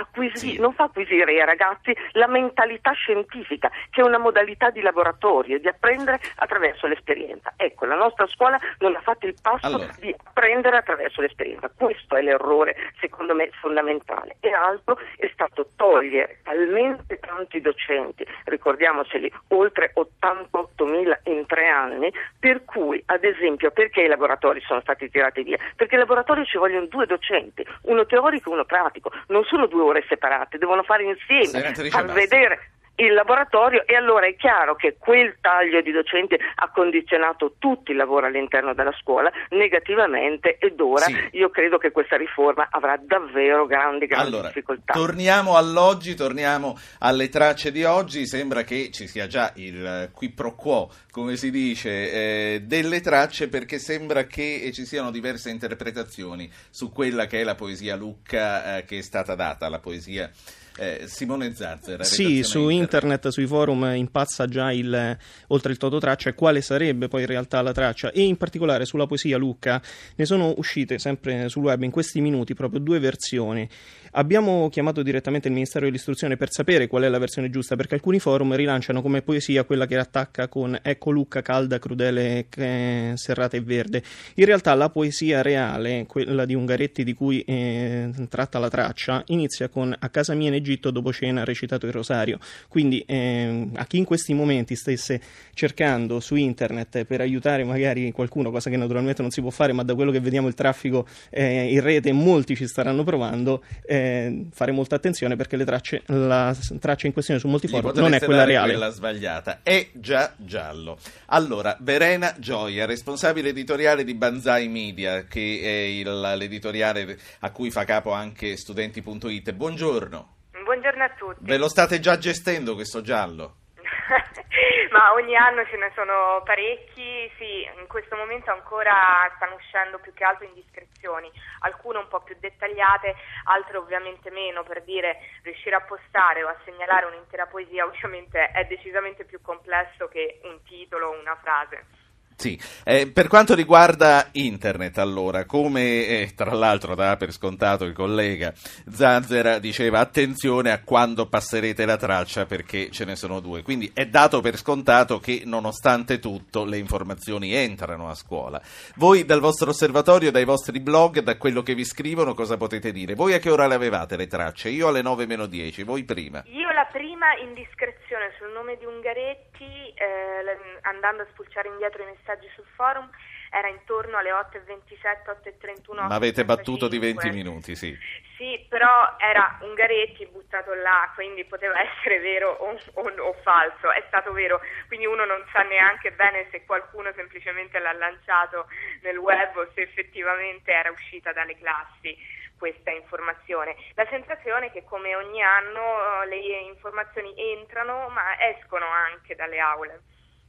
fa acquisire ai ragazzi la mentalità scientifica, che è una modalità di laboratorio, di apprendere attraverso l'esperienza. Ecco, la nostra scuola non ha fatto il passo di apprendere attraverso l'esperienza. Questo è l'errore, secondo me, fondamentale. E altro è stato togliere talmente tanti docenti, ricordiamoceli, oltre 88.000 in 3 anni, per cui, ad esempio, perché i laboratori sono stati tirati via? Perché ai laboratori ci vogliono 2 docenti, uno teorico e uno pratico, non sono 2 ore separate, devono fare insieme, far vedere il laboratorio, e allora è chiaro che quel taglio di docenti ha condizionato tutto il lavoro all'interno della scuola negativamente, ed ora io credo che questa riforma avrà davvero grandi difficoltà. Torniamo all'oggi, torniamo alle tracce di oggi. Sembra che ci sia già il qui pro quo, come si dice, delle tracce, perché sembra che ci siano diverse interpretazioni su quella che è la poesia Lucca che è stata data, la poesia Simone Zazzera. Sì, su internet, sui forum impazza già oltre il tototraccia e quale sarebbe poi in realtà la traccia, e in particolare sulla poesia Lucca ne sono uscite sempre sul web in questi minuti proprio 2 versioni. Abbiamo chiamato direttamente il Ministero dell'Istruzione per sapere qual è la versione giusta, perché alcuni forum rilanciano come poesia quella che attacca con "Ecco Lucca calda, crudele, serrata e verde". In realtà la poesia reale, quella di Ungaretti di cui tratta la traccia, inizia con "A casa mia in Egitto dopo cena recitato il rosario". Quindi a chi in questi momenti stesse cercando su internet per aiutare magari qualcuno, cosa che naturalmente non si può fare, ma da quello che vediamo il traffico in rete molti ci staranno provando, fare molta attenzione, perché la traccia in questione su molti forum non è quella reale. Quella sbagliata, è già giallo. Allora, Verena Gioia, responsabile editoriale di Banzai Media, che è l'editoriale a cui fa capo anche Studenti.it. Buongiorno. Buongiorno a tutti. Ve lo state già gestendo questo giallo? Ma ogni anno ce ne sono parecchi, sì, in questo momento ancora stanno uscendo più che altro indiscrezioni, alcune un po' più dettagliate, altre ovviamente meno. Per dire, riuscire a postare o a segnalare un'intera poesia ovviamente è decisamente più complesso che un titolo o una frase. Sì, per quanto riguarda internet, allora, come tra l'altro dà per scontato il collega Zazzera, diceva attenzione a quando passerete la traccia perché ce ne sono 2, quindi è dato per scontato che nonostante tutto le informazioni entrano a scuola. Voi dal vostro osservatorio, dai vostri blog, da quello che vi scrivono, cosa potete dire? Voi a che ora le avevate le tracce? Io alle 9:10, voi prima? Io la prima indiscrezione sul nome di Ungaretti, andando a spulciare indietro i messaggi sul forum, era intorno alle 8:27, 8:31. Ma avete battuto di 20 minuti, sì. Sì, però era Ungaretti buttato là, quindi poteva essere vero o falso. È stato vero, quindi uno non sa neanche bene se qualcuno semplicemente l'ha lanciato nel web o se effettivamente era uscita dalle classi questa informazione. La sensazione è che come ogni anno le informazioni entrano ma escono anche dalle aule.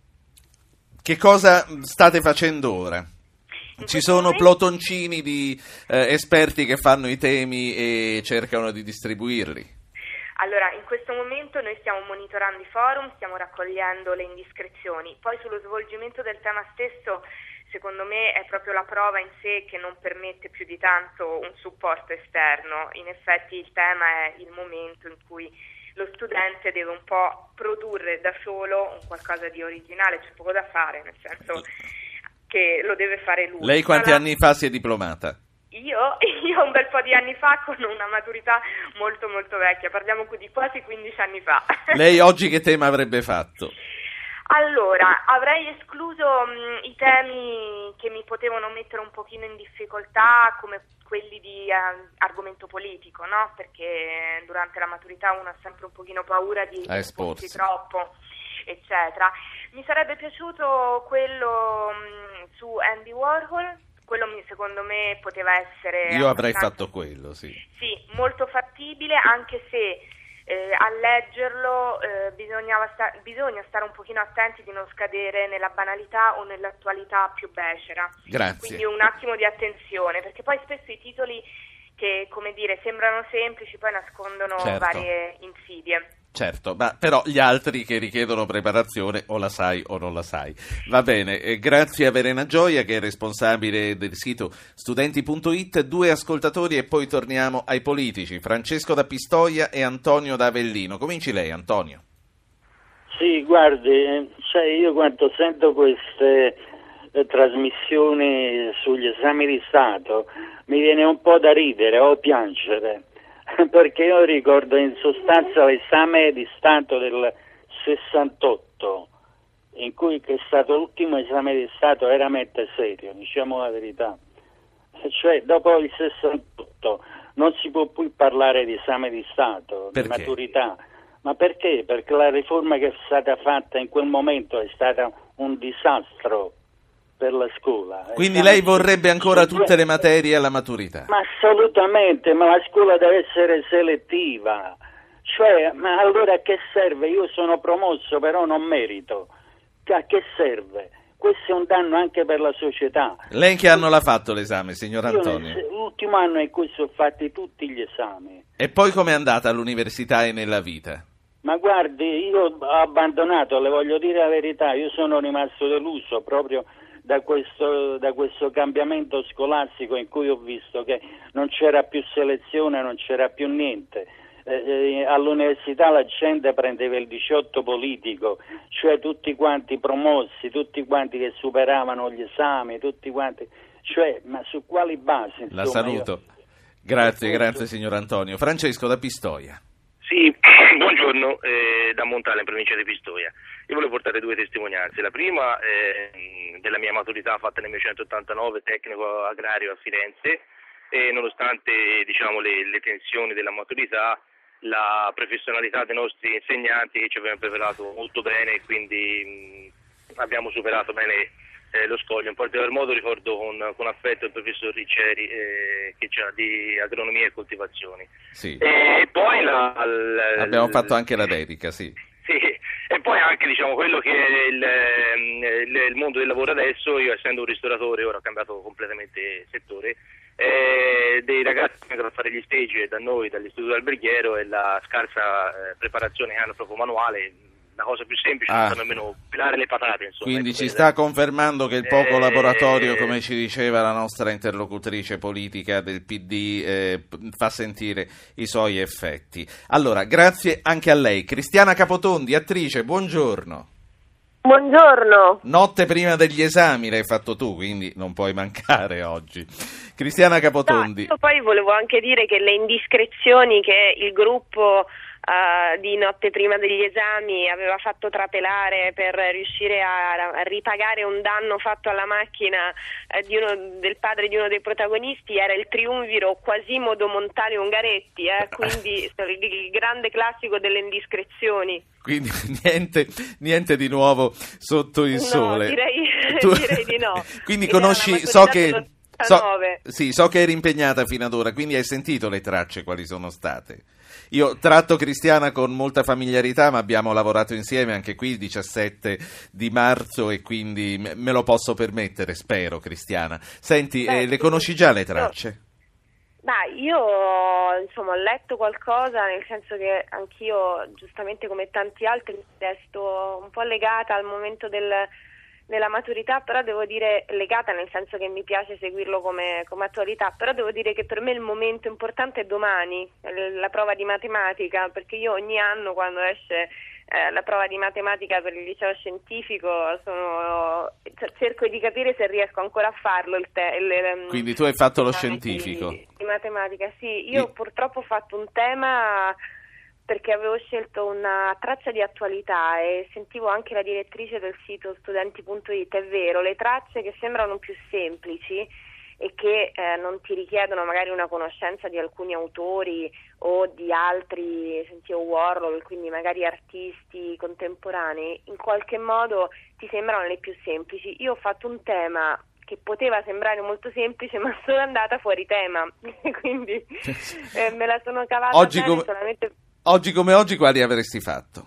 Che cosa state facendo ora? Ci sono plotoncini di esperti che fanno i temi e cercano di distribuirli? Allora, in questo momento noi stiamo monitorando i forum, stiamo raccogliendo le indiscrezioni. Poi sullo svolgimento del tema stesso, secondo me è proprio la prova in sé che non permette più di tanto un supporto esterno. In effetti il tema è il momento in cui lo studente deve un po' produrre da solo un qualcosa di originale, c'è poco da fare, nel senso che lo deve fare lui. Lei quanti anni fa si è diplomata? Io un bel po' di anni fa, con una maturità molto molto vecchia, parliamo di quasi 15 anni fa. Lei oggi che tema avrebbe fatto? Allora, avrei escluso i temi che mi potevano mettere un pochino in difficoltà, come quelli di argomento politico, no? Perché durante la maturità uno ha sempre un pochino paura di esporsi troppo, eccetera. Mi sarebbe piaciuto quello su Andy Warhol. Quello secondo me poteva essere... Io avrei fatto quello, sì. Sì, molto fattibile, anche se a leggerlo bisogna stare un pochino attenti di non scadere nella banalità o nell'attualità più becera. Grazie. Quindi un attimo di attenzione, perché poi spesso i titoli che, come dire, sembrano semplici poi nascondono varie insidie. Certo, ma però gli altri che richiedono preparazione o la sai o non la sai. Va bene, grazie a Verena Gioia che è responsabile del sito Studenti.it, 2 ascoltatori e poi torniamo ai politici, Francesco da Pistoia e Antonio da Avellino. Cominci lei, Antonio. Sì, guardi, io quando sento queste trasmissioni sugli esami di Stato mi viene un po' da ridere o piangere. Perché io ricordo in sostanza l'esame di Stato del 68, in cui che è stato l'ultimo esame di Stato veramente serio, diciamo la verità. Cioè, dopo il 68 non si può più parlare di esame di Stato, perché? Di maturità. Ma perché? Perché la riforma che è stata fatta in quel momento è stata un disastro per la scuola. Quindi lei vorrebbe ancora tutte le materie alla maturità? Ma assolutamente, ma la scuola deve essere selettiva. Cioè, ma allora a che serve? Io sono promosso, però non merito. A che serve? questo è un danno anche per la società. Lei che anno l'ha fatto l'esame, signor Antonio? L'ultimo anno in cui sono fatti tutti gli esami. E poi com'è andata all'università e nella vita? Ma guardi, io ho abbandonato, le voglio dire la verità, io sono rimasto deluso proprio da questo cambiamento scolastico in cui ho visto che non c'era più selezione, non c'era più niente. All'università la gente prendeva il 18 politico, cioè tutti quanti promossi, tutti quanti che superavano gli esami, tutti quanti, cioè, ma su quali basi? Insomma, la saluto. Grazie signor Antonio. Francesco da Pistoia. Sì, buongiorno, da Montale in provincia di Pistoia. Io volevo portare due testimonianze. La prima della mia maturità fatta nel 1989, tecnico agrario a Firenze, e nonostante le tensioni della maturità, la professionalità dei nostri insegnanti che ci avevano preparato molto bene e quindi abbiamo superato bene lo scoglio. In particolar modo ricordo con affetto il professor Ricceri che c'ha di agronomia e coltivazioni. Sì. E poi abbiamo fatto anche la dedica, sì. Sì, e poi anche quello che è il mondo del lavoro adesso. Io essendo un ristoratore, ora ho cambiato completamente settore, dei ragazzi che vengono a fare gli stage da noi, dall'istituto alberghiero, e la scarsa preparazione che hanno proprio manuale. La cosa più semplice non sanno nemmeno pelare le patate, insomma. Quindi ci sta confermando che il poco laboratorio, come ci diceva la nostra interlocutrice politica del PD, fa sentire i suoi effetti. Allora, grazie anche a lei. Cristiana Capotondi, attrice, buongiorno. Buongiorno. Notte prima degli esami l'hai fatto tu, quindi non puoi mancare oggi. Cristiana Capotondi. Io poi volevo anche dire che le indiscrezioni che il gruppo di notte prima degli esami aveva fatto trapelare per riuscire a ripagare un danno fatto alla macchina del padre di uno dei protagonisti era il triumviro Quasimodo Montale Ungaretti, quindi il grande classico delle indiscrezioni. Quindi niente di nuovo sotto il sole. Direi di no. Quindi conosci, so che eri impegnata fino ad ora, quindi hai sentito le tracce quali sono state. Io tratto Cristiana con molta familiarità, ma abbiamo lavorato insieme anche qui il 17 di marzo e quindi me lo posso permettere, spero, Cristiana. Senti, le conosci già le tracce? Io ho letto qualcosa, nel senso che anch'io, giustamente come tanti altri, resto un po' legata al momento della maturità, però devo dire legata nel senso che mi piace seguirlo come attualità, però devo dire che per me il momento importante è domani, la prova di matematica, perché io ogni anno quando esce la prova di matematica per il liceo scientifico cerco di capire se riesco ancora a farlo. Quindi tu hai fatto lo scientifico? Di matematica, sì. Io purtroppo ho fatto un tema perché avevo scelto una traccia di attualità e sentivo anche la direttrice del sito studenti.it, è vero, le tracce che sembrano più semplici e che non ti richiedono magari una conoscenza di alcuni autori o di altri, sentivo Warhol, quindi magari artisti contemporanei, in qualche modo ti sembrano le più semplici. Io ho fatto un tema che poteva sembrare molto semplice, ma sono andata fuori tema, quindi me la sono cavata solamente... Oggi come oggi quali avresti fatto?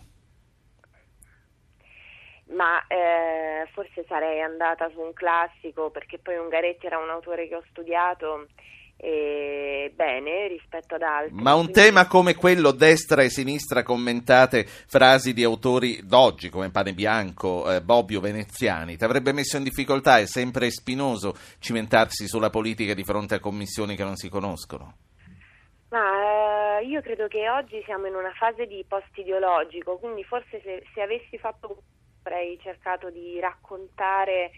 Ma forse sarei andata su un classico, perché poi Ungaretti era un autore che ho studiato bene rispetto ad altri. Ma un tema come quello, destra e sinistra commentate frasi di autori d'oggi come Panebianco, Bobbio, Veneziani, ti avrebbe messo in difficoltà? È sempre spinoso cimentarsi sulla politica di fronte a commissioni che non si conoscono? Io credo che oggi siamo in una fase di post-ideologico, quindi forse se avessi fatto avrei cercato di raccontare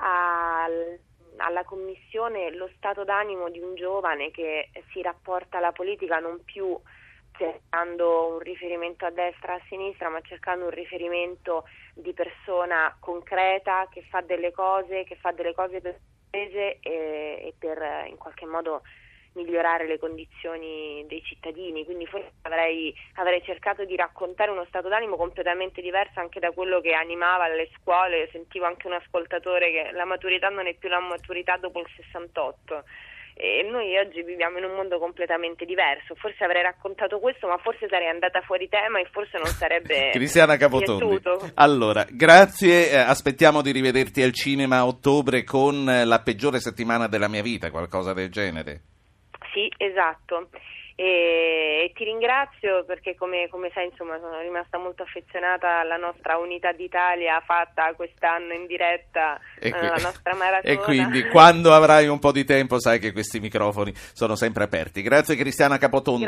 alla Commissione lo stato d'animo di un giovane che si rapporta alla politica non più cercando un riferimento a destra o a sinistra, ma cercando un riferimento di persona concreta che fa delle cose per il paese e per in qualche modo migliorare le condizioni dei cittadini. Quindi forse avrei cercato di raccontare uno stato d'animo completamente diverso anche da quello che animava le scuole. Sentivo anche un ascoltatore che la maturità non è più la maturità dopo il 68 e noi oggi viviamo in un mondo completamente diverso. Forse avrei raccontato questo, ma forse sarei andata fuori tema e forse non sarebbe Cristiana Capotondi. piaciuto. Allora, grazie, aspettiamo di rivederti al cinema a ottobre con La peggiore settimana della mia vita, qualcosa del genere. Sì, esatto. E ti ringrazio perché come sai, insomma, sono rimasta molto affezionata alla nostra Unità d'Italia fatta quest'anno in diretta, la nostra maratona. E quindi quando avrai un po' di tempo sai che questi microfoni sono sempre aperti. Grazie Cristiana Capotondi.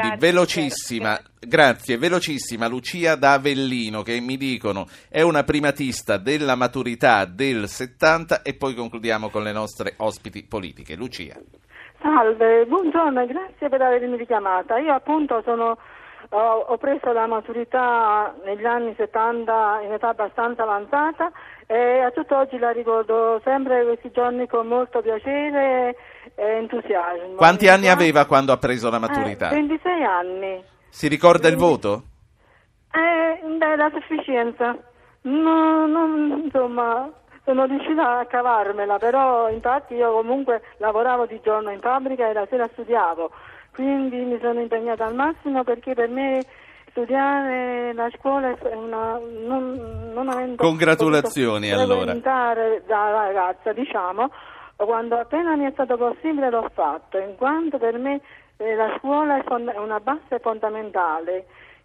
Velocissima Lucia da Avellino, che mi dicono è una primatista della maturità del 70, e poi concludiamo con le nostre ospiti politiche. Lucia. Salve, buongiorno e grazie per avermi richiamata. Io appunto ho preso la maturità negli anni 70 in età abbastanza avanzata e a tutt'oggi la ricordo sempre questi giorni con molto piacere e entusiasmo. Quanti anni aveva quando ha preso la maturità? 26 anni. Si ricorda il voto? La sufficienza. Insomma... Sono riuscita a cavarmela, però infatti io comunque lavoravo di giorno in fabbrica e la sera studiavo, quindi mi sono impegnata al massimo perché per me studiare la scuola è non avendo Congratulazioni allora. Da ragazza, diciamo, quando appena mi è stato possibile l'ho fatto, in quanto per me la scuola è una base fondamentale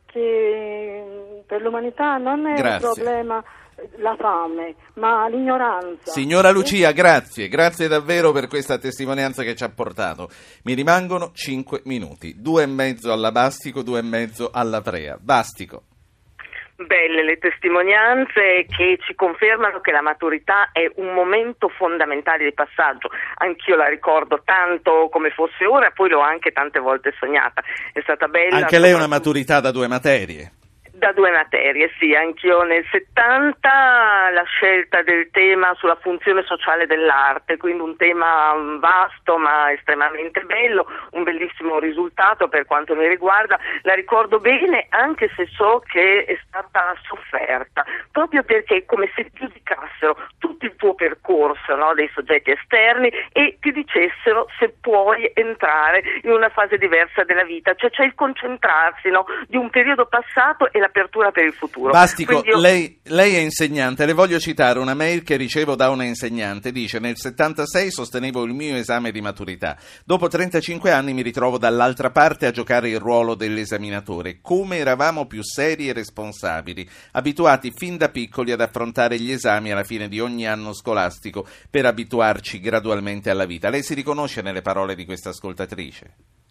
che per l'umanità non è un problema la fame, ma l'ignoranza. Signora Lucia, grazie davvero per questa testimonianza che ci ha portato. Mi rimangono 5 minuti, 2,5 alla Bastico, 2,5 alla Prea. Bastico. Belle le testimonianze che ci confermano che la maturità è un momento fondamentale di passaggio. Anch'io la ricordo tanto come fosse ora, poi l'ho anche tante volte sognata. È stata bella. Anche lei una maturità da 2 materie. Da 2 materie, sì, anch'io nel 70 la scelta del tema sulla funzione sociale dell'arte, quindi un tema vasto ma estremamente bello, un bellissimo risultato per quanto mi riguarda, la ricordo bene anche se so che è stata sofferta, proprio perché è come se giudicassero tutto il tuo percorso, no, dei soggetti esterni e ti dicessero se puoi entrare in una fase diversa della vita, cioè c'è il concentrarsi, no, di un periodo passato e l'apertura per il futuro. Bastico, lei è insegnante, le voglio citare una mail che ricevo da una insegnante, dice: nel 76 sostenevo il mio esame di maturità, dopo 35 anni mi ritrovo dall'altra parte a giocare il ruolo dell'esaminatore, come eravamo più seri e responsabili, abituati fin da piccoli ad affrontare gli esami alla fine di ogni anno scolastico per abituarci gradualmente alla vita. Lei si riconosce nelle parole di questa ascoltatrice?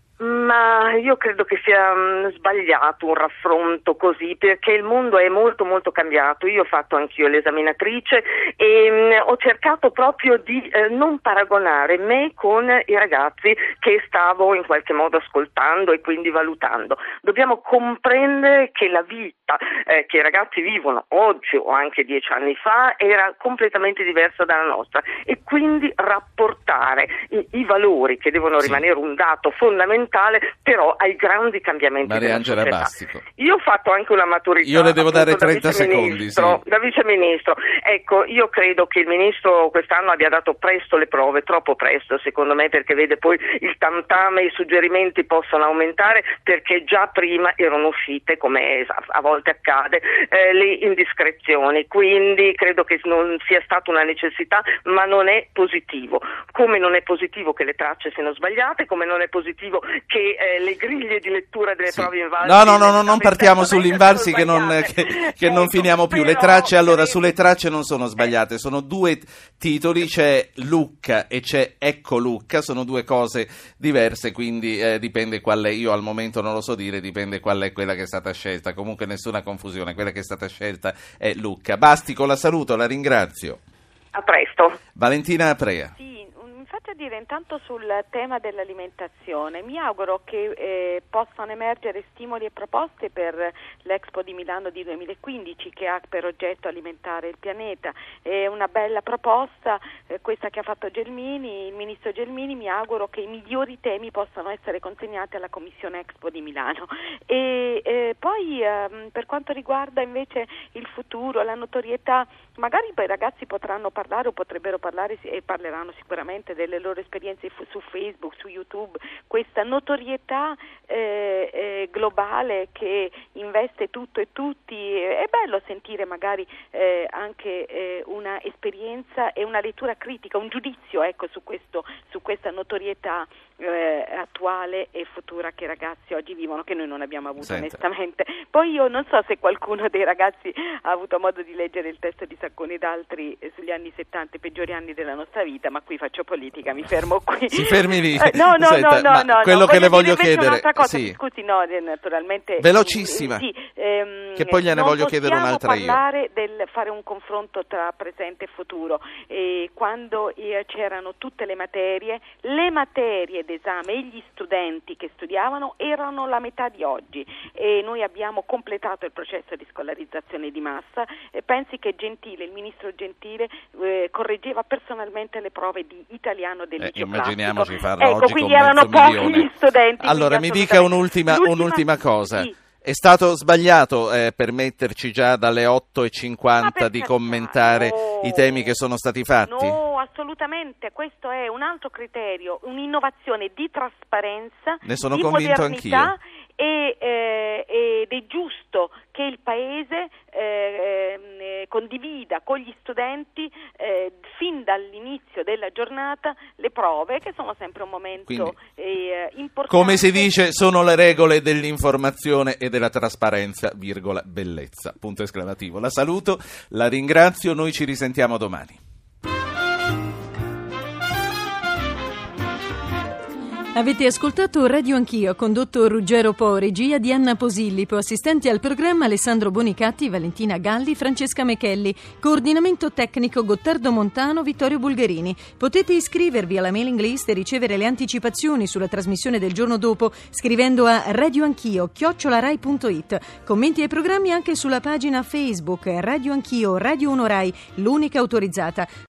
Ma io credo che sia sbagliato un raffronto così, perché il mondo è molto molto cambiato. Io ho fatto anch'io l'esaminatrice e ho cercato proprio di non paragonare me con i ragazzi che stavo in qualche modo ascoltando e quindi valutando. Dobbiamo comprendere che la vita che i ragazzi vivono oggi o anche 10 anni fa era completamente diversa dalla nostra e quindi rapportare i valori che devono rimanere un dato fondamentale però ai grandi cambiamenti della società. Bastico. Io ho fatto anche una maturità. Io le devo dare 30 secondi. Sì. Da viceministro. Ecco, io credo che il ministro quest'anno abbia dato presto le prove, troppo presto secondo me, perché vede poi il tam-tam e i suggerimenti possono aumentare perché già prima erano uscite, come a volte accade, le indiscrezioni. Quindi credo che non sia stata una necessità, ma non è positivo. Come non è positivo che le tracce siano sbagliate, come non è positivo che le griglie di lettura delle prove invalsi. No, non partiamo sull'invalsi che non finiamo più. Le tracce, allora, sulle tracce non sono sbagliate, sono 2 titoli, c'è Lucca e c'è Ecco Lucca, sono 2 cose diverse, quindi dipende qual è, io al momento non lo so dire, dipende qual è quella che è stata scelta, comunque nessuna confusione, quella che è stata scelta è Lucca. Bastico, la saluto, la ringrazio. A presto. Valentina Aprea. Faccio dire intanto sul tema dell'alimentazione, mi auguro che possano emergere stimoli e proposte per l'Expo di Milano di 2015 che ha per oggetto alimentare il pianeta. È una bella proposta questa che ha fatto il ministro Gelmini, mi auguro che i migliori temi possano essere consegnati alla Commissione Expo di Milano. E poi per quanto riguarda invece il futuro, la notorietà, magari poi i ragazzi potranno parlare o potrebbero parlare e parleranno sicuramente delle delle loro esperienze su Facebook, su YouTube, questa notorietà globale che investe tutto e tutti. È bello sentire magari anche una esperienza e una lettura critica, un giudizio, ecco, su questa notorietà attuale e futura che i ragazzi oggi vivono, che noi non abbiamo avuto. Senta. Onestamente. Poi io non so se qualcuno dei ragazzi ha avuto modo di leggere il testo di Sacconi ed altri sugli anni 70, i peggiori anni della nostra vita, ma qui faccio politica, mi fermo qui. Si fermi lì. No, quello che le voglio chiedere un'altra cosa, sì. scusi, no, naturalmente velocissima, sì, che poi gliene voglio chiedere un'altra io. Non possiamo parlare del fare un confronto tra presente e futuro. Quando c'erano tutte le materie d'esame e gli studenti che studiavano erano la metà di oggi, e noi abbiamo completato il processo di scolarizzazione di massa. Pensi che il ministro Gentile correggeva personalmente le prove di italiano del liceo immaginiamoci classico. farlo oggi quindi con erano mezzo pochi milione. gli studenti. Allora mi dica un'ultima cosa. Sì. È stato sbagliato permetterci già dalle 8:50 di commentare i temi che sono stati fatti? No, assolutamente, questo è un altro criterio, un'innovazione di trasparenza, ne sono di convinto modernità, anch'io. Ed è giusto che il Paese condivida con gli studenti fin dall'inizio della giornata le prove, che sono sempre un momento importante. Come si dice, sono le regole dell'informazione e della trasparenza, bellezza, punto esclamativo. La saluto, la ringrazio, noi ci risentiamo domani. Avete ascoltato Radio Anch'io, condotto Ruggero Po, regia di Anna Posillipo, assistenti al programma Alessandro Bonicatti, Valentina Galli, Francesca Mechelli, coordinamento tecnico Gottardo Montano, Vittorio Bulgarini. Potete iscrivervi alla mailing list e ricevere le anticipazioni sulla trasmissione del giorno dopo scrivendo a radioanchio@rai.it. Commenti ai programmi anche sulla pagina Facebook Radio Anch'io, Radio 1 Rai, l'unica autorizzata.